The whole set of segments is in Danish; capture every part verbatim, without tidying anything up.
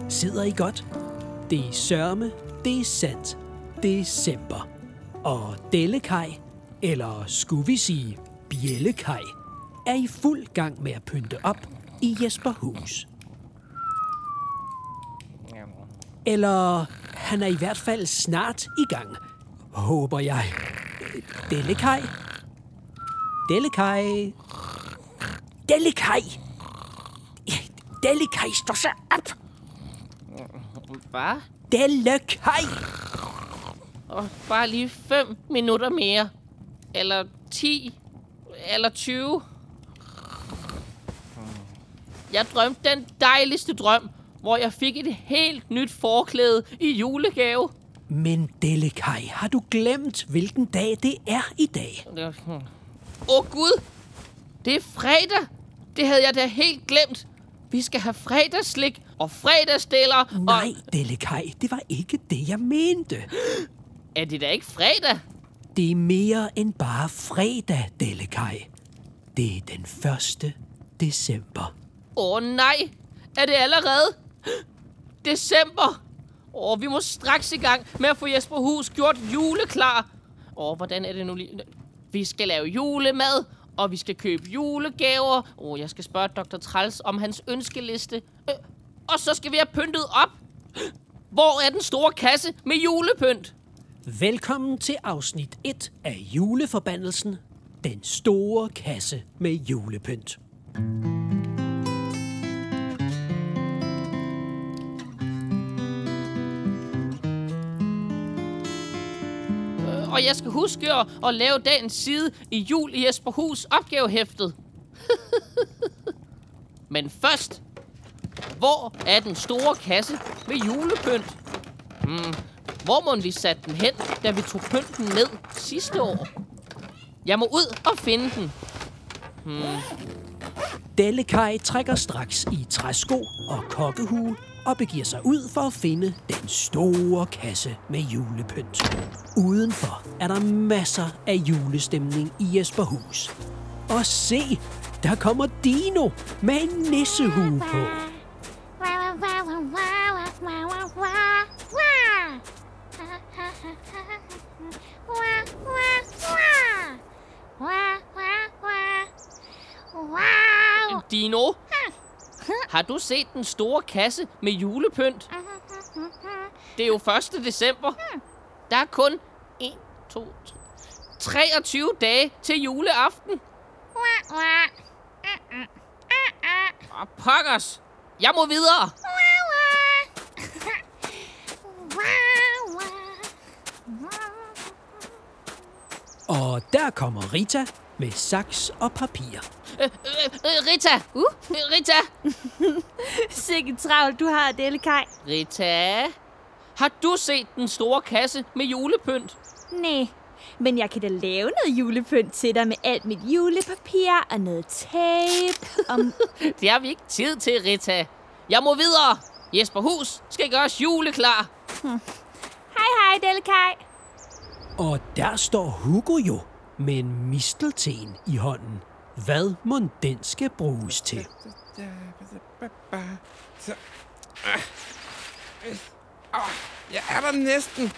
Sidder I godt? Det er sørme, det er sandt, december. Og Dellekaj, eller skulle vi sige Bjellekaj, er i fuld gang med at pynte op i Jesperhus. Eller han er i hvert fald snart i gang, håber jeg. Dellekaj? Dellekaj? Dellekaj! Dellekaj, står så op! Hvad? Dellekaj! Og bare lige fem minutter mere. Eller ti. Eller tyve. Jeg drømte den dejligste drøm, hvor jeg fik et helt nyt forklæde i julegave. Men Dellekaj, har du glemt, hvilken dag det er i dag? Åh oh, Gud! Det er fredag! Det havde jeg da helt glemt. Vi skal have fredagsslik og fredagsdeler. Nej, og... Dellekaj, det var ikke det, jeg mente. Er det da ikke fredag? Det er mere end bare fredag, Dellekaj. Det er den første december. Åh oh, nej! Er det allerede? December! Åh, oh, vi må straks i gang med at få Jesperhus gjort juleklar. Åh, oh, hvordan er det nu lige? Vi skal lave julemad, og vi skal købe julegaver. Åh, oh, jeg skal spørge doktor Træls om hans ønskeliste. Øh, og så skal vi have pyntet op. Hvor er den store kasse med julepynt? Velkommen til afsnit et af Juleforbandelsen. Den store kasse med julepynt. Og jeg skal huske at, at lave dagens side i Jul i Jesperhus opgavehæftet. Men først, hvor er den store kasse med julepynt? Hmm, hvor må vi satte den hen, da vi tog pynten ned sidste år? Jeg må ud og finde den. Hmm. Dellekaj trækker straks i træsko og kokkehue og begiver sig ud for at finde den store kasse med julepynt. Udenfor er der masser af julestemning i Jesperhus. Og se, der kommer Dino med en nissehue på. Dino, har du set den store kasse med julepynt? Det er jo første december. Der er kun en, to, tre, treogtyve dage til juleaften. Åh, pokkers! Jeg må videre! Og der kommer Rita med saks og papir. Øh, øh, Rita! Uh, Rita! Sikke travlt, du har, Dellekaj. Rita, har du set den store kasse med julepynt? Nej, men jeg kan da lave noget julepynt til dig med alt mit julepapir og noget tape. Om... Det har vi ikke tid til, Rita. Jeg må videre. Jesperhus skal gøres juleklar. Hmm. Hej, hej, Dellekaj. Og der står Hugo jo med en mistelten i hånden. Hvad mon den skal bruges til? Jeg er der næsten.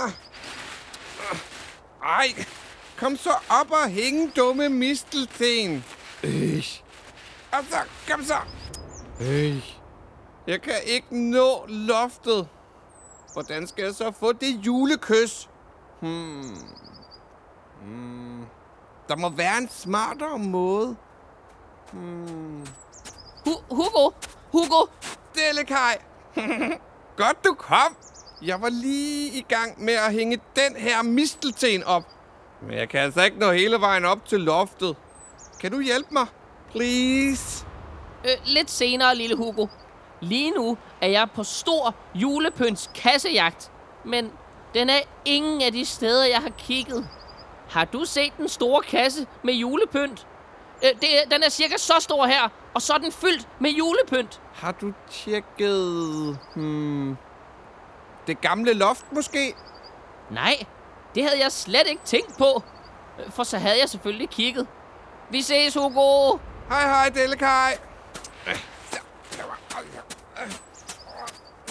Ej, kom så op og hænge, dumme mistelten. Øh. Og så, kom så. Øh. Jeg kan ikke nå loftet. Hvordan skal jeg så få det julekys? Hmm. Hmm. Der må være en smartere måde. Hmm. Hu- Hugo! Hugo! Dellekaj! Godt, du kom. Jeg var lige i gang med at hænge den her mistelten op. Men jeg kan altså ikke nå hele vejen op til loftet. Kan du hjælpe mig? Please? Øh, lidt senere, lille Hugo. Lige nu er jeg på stor julepynts kassejagt. Men den er ingen af de steder, jeg har kigget. Har du set den store kasse med julepynt? Øh, det, den er cirka så stor her, og så er den fyldt med julepynt. Har du tjekket... Hmm, det gamle loft måske? Nej, det havde jeg slet ikke tænkt på. For så havde jeg selvfølgelig kigget. Vi ses, Hugo. Hej, hej, Dellekaj.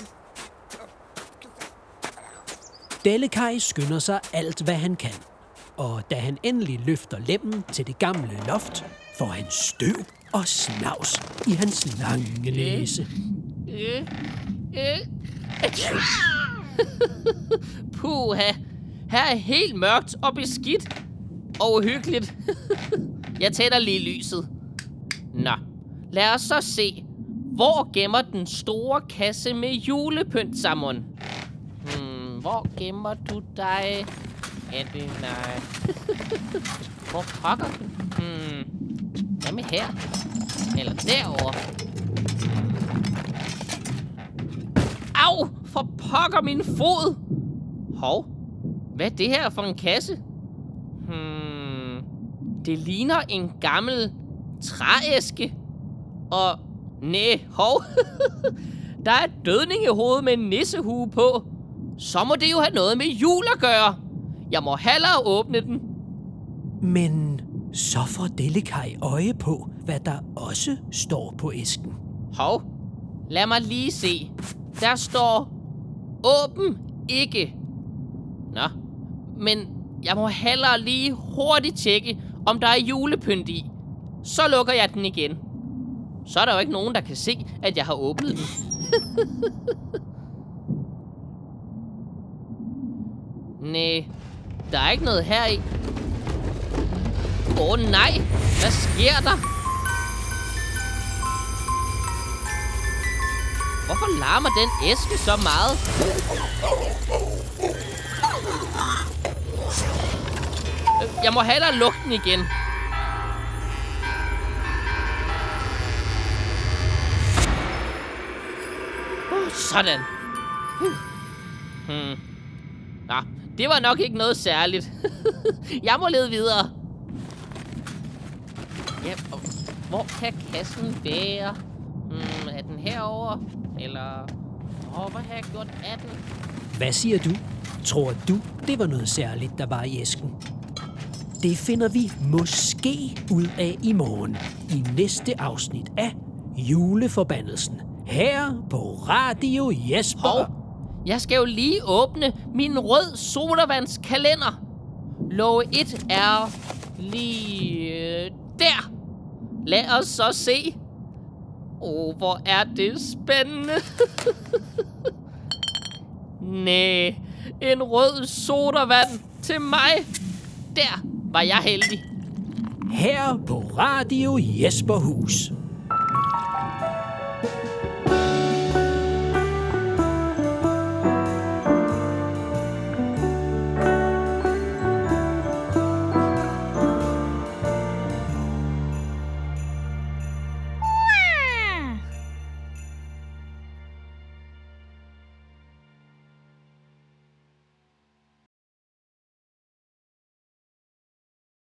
Dellekaj skynder sig alt, hvad han kan. Og da han endelig løfter lemmen til det gamle loft, får han støv og snavs i hans lange næse. Øh, øh. Puha, her er helt mørkt og beskidt og uhyggeligt. Jeg tænder lige lyset. Nå, lad os så se, hvor gemmer den store kasse med julepynt sammen. Hmm, hvor gemmer du dig? Er det nej? Hvor pokker du? Hmm, hvad med her? Eller derovre? Au! For pokker min fod! Hov, hvad er det her for en kasse? Hmm, det ligner en gammel trææske. Og næ, hov. Der er et dødningehoved med en nissehue på. Så må det jo have noget med jul at gøre. Jeg må hellere åbne den. Men så får Dellekaj øje på, hvad der også står på æsken. Hov, lad mig lige se. Der står, åben ikke. Nå, men jeg må hellere lige hurtigt tjekke, om der er julepynt i. Så lukker jeg den igen. Så er der jo ikke nogen, der kan se, at jeg har åbnet den. Næh, der er ikke noget her i. Åh oh, nej, hvad sker der? Hvorfor larmer den æske så meget? Jeg må hellere lukke den igen. Uh, sådan. Hmm. Nå, det var nok ikke noget særligt. Jeg må lede videre. Ja, og hvor kan kassen være? Hmm, er den herovre? Eller... Åh, oh, hvad har jeg gjort af den? Hvad siger du? Tror du, det var noget særligt, der var i æsken? Det finder vi måske ud af i morgen i næste afsnit af Juleforbandelsen. Her på Radio Jesper. Hov, jeg skal jo lige åbne min rød sodavandskalender. Låge et er lige øh, der. Lad os så se. Åh, oh, hvor er det spændende. Næh, en rød sodavand til mig. Der var jeg heldig. Her på Radio Jesperhus.